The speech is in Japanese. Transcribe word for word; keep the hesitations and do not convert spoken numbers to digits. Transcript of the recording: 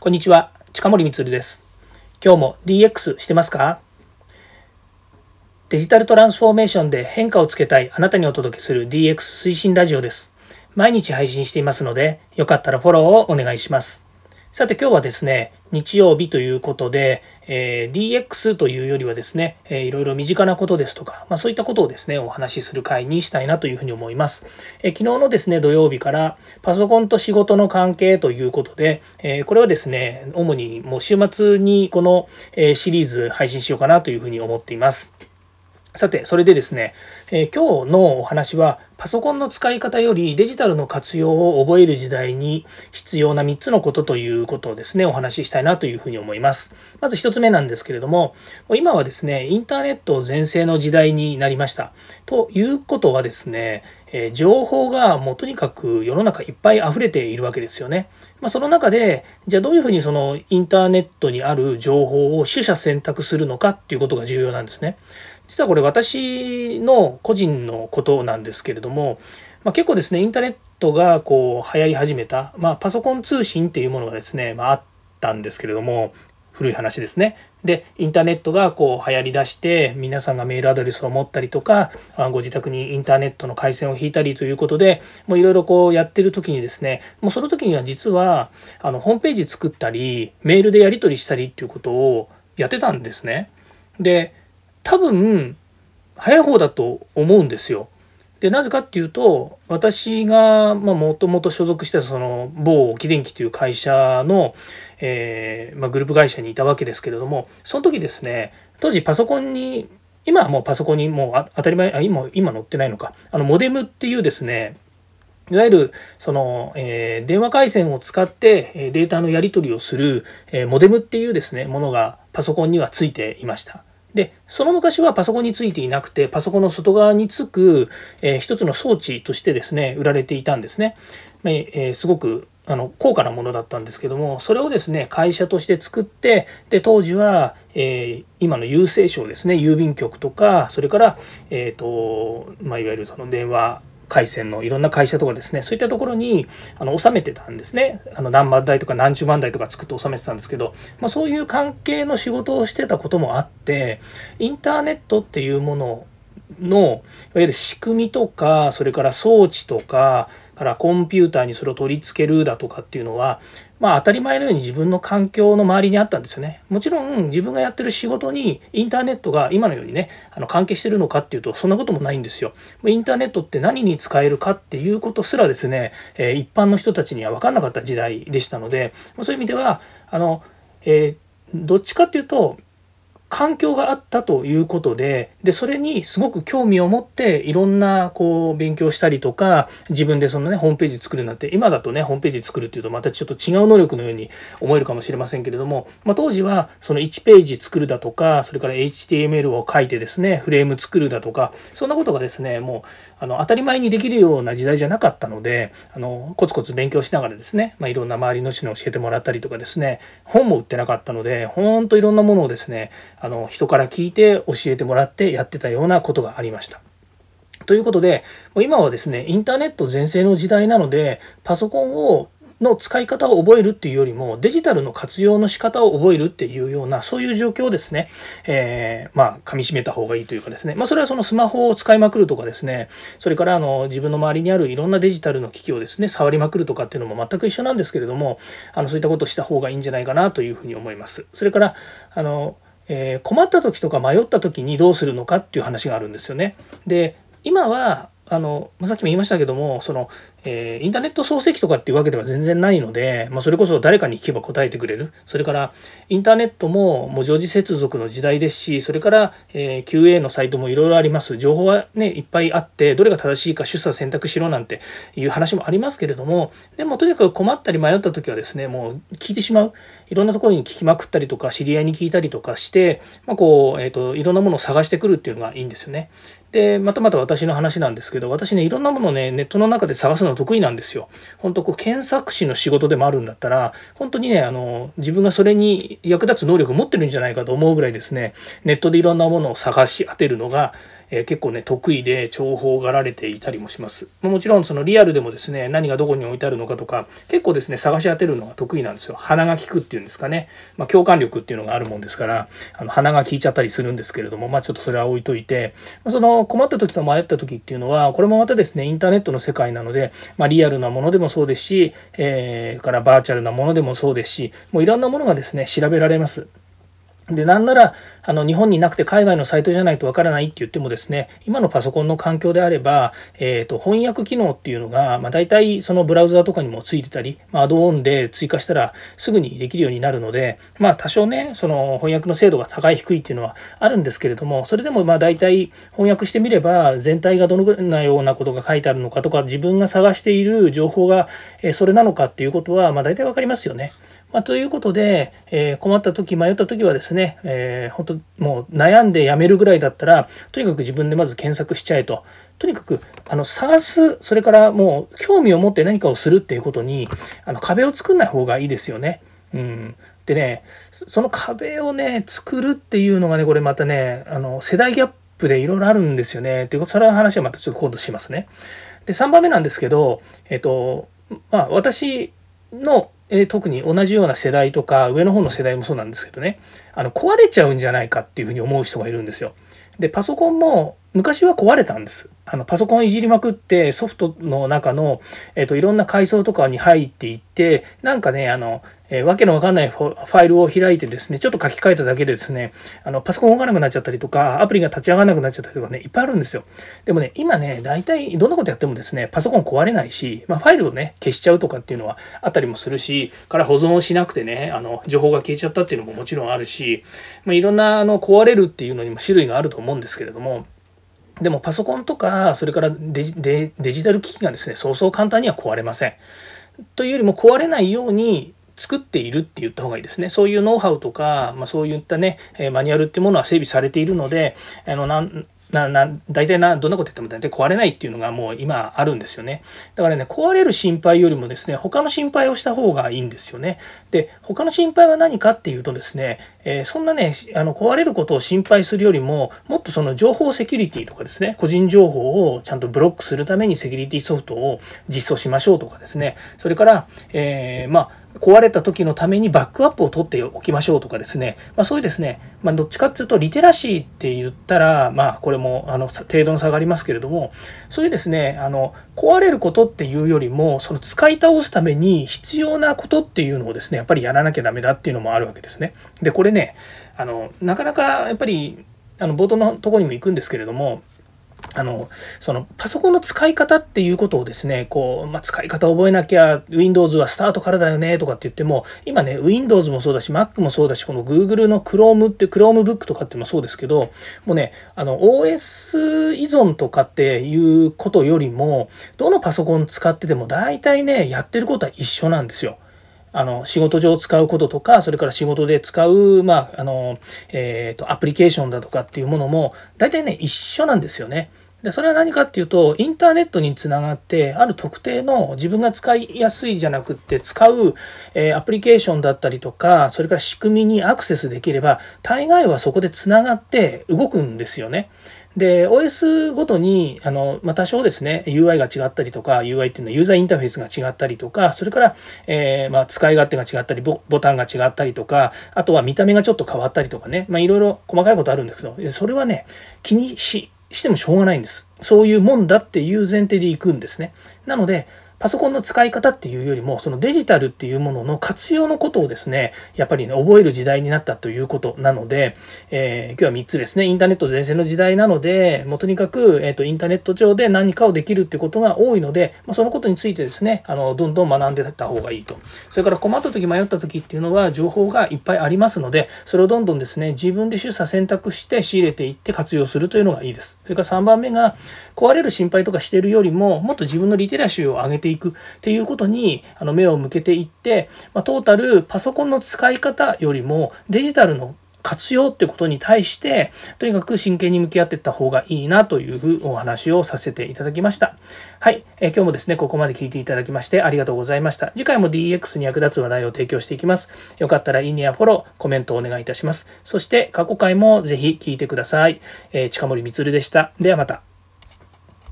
こんにちは、近森光です。今日も ディーエックス してますか？デジタルトランスフォーメーションで変化をつけたいあなたにお届けする ディーエックス 推進ラジオです。毎日配信していますので、よかったらフォローをお願いします。さて今日はですね、日曜日ということで、えー、ディーエックス というよりはですね、えー、いろいろ身近なことですとか、まあ、そういったことをですね、お話しする回にしたいなというふうに思います。えー、昨日のですね、土曜日からパソコンと仕事の関係ということで、えー、これはですね、主にもう週末にこの、えー、シリーズ配信しようかなというふうに思っています。さて、それでですね、えー、今日のお話は、パソコンの使い方よりデジタルの活用を覚える時代に必要なみっつのことということをですね、お話ししたいなというふうに思います。まずひとつめなんですけれども、今はですね、インターネット全盛の時代になりました。ということはですね、えー、情報がもうとにかく世の中いっぱい溢れているわけですよね。まあ、その中で、じゃあどういうふうにそのインターネットにある情報を取捨選択するのかっていうことが重要なんですね。実はこれ私の個人のことなんですけれども、まあ、結構ですねインターネットがこう流行り始めた、まあ、パソコン通信っていうものがですね、まあ、あったんですけれども、古い話ですね。でインターネットがこう流行りだして皆さんがメールアドレスを持ったりとかご自宅にインターネットの回線を引いたりということでもういろいろこうやってる時にですね、もうその時には実はあのホームページ作ったりメールでやり取りしたりっていうことをやってたんですね。で多分早い方だと思うんですよ。でなぜかっていうと私がもともと所属したその某沖電機という会社の、えーまあ、グループ会社にいたわけですけれども、その時ですね当時パソコンに今はもうパソコンにもう当たり前あ今今載ってないのかあのモデムっていうですねいわゆるその、えー、電話回線を使ってデータのやり取りをする、えー、モデムっていうですねものがパソコンにはついていました。でその昔はパソコンについていなくてパソコンの外側につく、えー、一つの装置としてですね売られていたんですね。えー、すごくあの高価なものだったんですけども、それをですね会社として作って、で当時は、えー、今の郵政省ですね郵便局とかそれから、えーとまあ、いわゆるその電話回線のいろんな会社とかですねそういったところにあの収めてたんですね。あの何万台とか何十万台とか作って収めてたんですけど、まあ、そういう関係の仕事をしてたこともあってインターネットっていうもののいわゆる仕組みとかそれから装置とかからコンピューターにそれを取り付けるだとかっていうのはまあ当たり前のように自分の環境の周りにあったんですよね。もちろん自分がやってる仕事にインターネットが今のようにねあの関係してるのかっていうとそんなこともないんですよ。インターネットって何に使えるかっていうことすらですね、えー、一般の人たちには分かんなかった時代でしたので、そういう意味ではあの、えー、どっちかっていうと環境があったということで、でそれにすごく興味を持っていろんなこう勉強したりとか自分でそのねホームページ作るなんて、今だとねホームページ作るっていうとまたちょっと違う能力のように思えるかもしれませんけれども、まあ、当時はそのいちページ作るだとかそれから エイチティーエムエル を書いてですねフレーム作るだとかそんなことがですねもうあの当たり前にできるような時代じゃなかったので、あのコツコツ勉強しながらですね、まあ、いろんな周りの人に教えてもらったりとかですね、本も売ってなかったのでほんといろんなものをですねあの人から聞いて教えてもらってやってたようなことがありました。ということで今はですねインターネット全盛の時代なのでパソコンをの使い方を覚えるっていうよりもデジタルの活用の仕方を覚えるっていうようなそういう状況をですね、えー、まあ噛み締めた方がいいというかですね、まあ、それはそのスマホを使いまくるとかですね、それからあの自分の周りにあるいろんなデジタルの機器をですね触りまくるとかっていうのも全く一緒なんですけれども、あのそういったことをした方がいいんじゃないかなというふうに思います。それからあのえー、困った時とか迷った時にどうするのかっていう話があるんですよね。で今はあのさっきも言いましたけどもその、えー、インターネット創世記とかっていうわけでは全然ないので、まあ、それこそ誰かに聞けば答えてくれる。それからインターネットももう常時接続の時代ですし、それから、えー、キューエー のサイトもいろいろあります。情報はねいっぱいあってどれが正しいか取捨選択しろなんていう話もありますけれども、でもとにかく困ったり迷った時はですねもう聞いてしまう。いろんなところに聞きまくったりとか知り合いに聞いたりとかして、まあこうえーと、いろんなものを探してくるっていうのがいいんですよね。でまたまた私の話なんですけど、私ねいろんなものをねネットの中で探すの得意なんですよ。本当こう検索士の仕事でもあるんだったら本当にねあの自分がそれに役立つ能力を持ってるんじゃないかと思うぐらいですねネットでいろんなものを探し当てるのがえー、結構ね得意で重宝がられていたりもします。もちろんそのリアルでもですね、何がどこに置いてあるのかとか結構ですね探し当てるのが得意なんですよ。鼻が利くっていうんですかね、まあ、共感力っていうのがあるもんですから、あの鼻が利いちゃったりするんですけれども、まあちょっとそれは置いといて、その困った時と迷った時っていうのはこれもまたですねインターネットの世界なので、まあ、リアルなものでもそうですし、えー、からバーチャルなものでもそうですし、もういろんなものがですね調べられます。で、なんなら、あの、日本になくて海外のサイトじゃないとわからないって言ってもですね、今のパソコンの環境であれば、えっと、翻訳機能っていうのが、まあ、大体そのブラウザとかにもついてたり、まあ、アドオンで追加したらすぐにできるようになるので、まあ、多少ね、その翻訳の精度が高い低いっていうのはあるんですけれども、それでもまあ、大体翻訳してみれば、全体がどのぐらいなようなことが書いてあるのかとか、自分が探している情報がそれなのかっていうことは、まあ、大体わかりますよね。まあ、ということで、えー、困った時迷った時はですね、えー、本当もう悩んでやめるぐらいだったらとにかく自分でまず検索しちゃえと。とにかくあの探す、それからもう興味を持って何かをするっていうことにあの壁を作んない方がいいですよね。うん、でね、その壁をね作るっていうのがね、これまたねあの世代ギャップでいろいろあるんですよね。っていうそれは話はまたちょっと今度しますね。でさんばんめなんですけど、えっとまあ私のえ特に同じような世代とか上の方の世代もそうなんですけどね、あの壊れちゃうんじゃないかっていうふうに思う人がいるんですよ。でパソコンも昔は壊れたんです。あのパソコンいじりまくってソフトの中の、えーと、いろんな階層とかに入っていってなんかねあの、えー、わけのわかんないファイルを開いてですねちょっと書き換えただけでですねあのパソコン動かなくなっちゃったりとかアプリが立ち上がらなくなっちゃったりとかねいっぱいあるんですよ。でもね今ね大体どんなことやってもですねパソコン壊れないし、まあ、ファイルをね消しちゃうとかっていうのはあったりもするしから保存をしなくてねあの情報が消えちゃったっていうのももちろんあるし、まあ、いろんなあの壊れるっていうのにも種類があると思うんですけれども、でもパソコンとかそれからデジ、デジタル機器がですねそうそう簡単には壊れません。というよりも壊れないように作っているって言った方がいいですね。そういうノウハウとか、まあ、そういったねマニュアルっていうものは整備されているので、あのなんなな大体などんなこと言っても大体壊れないっていうのがもう今あるんですよね。だからね壊れる心配よりもですね他の心配をした方がいいんですよね。で他の心配は何かっていうとですね、えー、そんなねあの壊れることを心配するよりももっとその情報セキュリティとかですね個人情報をちゃんとブロックするためにセキュリティソフトを実装しましょうとかですね、それから、えー、まあ壊れた時のためにバックアップを取っておきましょうとかですね、まあ、そういうですね、まあ、どっちかっていうとリテラシーって言ったらまあこれもあの程度の差がありますけれども、そういうですねあの壊れることっていうよりもその使い倒すために必要なことっていうのをですねやっぱりやらなきゃダメだっていうのもあるわけですね。でこれねあのなかなかやっぱりあの冒頭のところにも行くんですけれども、あのそのパソコンの使い方っていうことをですねこう、まあ、使い方を覚えなきゃ Windows はスタートからだよねとかって言っても今ね Windows もそうだし Mac もそうだしこの Google の Chrome って Chromebook とかっていうのもそうですけど、もうねあの オーエス 依存とかっていうことよりもどのパソコン使ってても大体ねやってることは一緒なんですよ。あの仕事上使うこととかそれから仕事で使う、まああのえー、とアプリケーションだとかっていうものも大体ね一緒なんですよね。でそれは何かっていうとインターネットにつながってある特定の自分が使いやすいじゃなくって使う、えー、アプリケーションだったりとかそれから仕組みにアクセスできれば大概はそこでつながって動くんですよね。で オーエス ごとにあの、まあ、多少ですね ユーアイ が違ったりとか ユーアイ っていうのはユーザーインターフェースが違ったりとかそれから、えーまあ、使い勝手が違ったり ボ, ボタンが違ったりとかあとは見た目がちょっと変わったりとかね、まあ、いろいろ細かいことあるんですけどそれはね気にししてもしょうがないんです。そういうもんだっていう前提でいくんですね。なのでパソコンの使い方っていうよりもそのデジタルっていうものの活用のことをですねやっぱりね覚える時代になったということなので、えー、今日はみっつですね。インターネット全盛の時代なのでもうとにかく、えーと、インターネット上で何かをできるってことが多いので、まあ、そのことについてですねあのどんどん学んでいった方がいいと。それから困った時迷った時っていうのは情報がいっぱいありますのでそれをどんどんですね自分で取捨選択して仕入れていって活用するというのがいいです。それからさんばんめが壊れる心配とかしているよりももっと自分のリテラシーを上げていくっていうことにあの目を向けていって、まあ、トータルパソコンの使い方よりもデジタルの活用ってことに対して、とにかく真剣に向き合っていった方がいいなというお話をさせていただきました。はい、えー、今日もですね、ここまで聞いていただきましてありがとうございました。次回も ディーエックス に役立つ話題を提供していきます。よかったらいいねやフォロー、コメントをお願いいたします。そして過去回もぜひ聞いてください。えー、近森光でした。ではまた。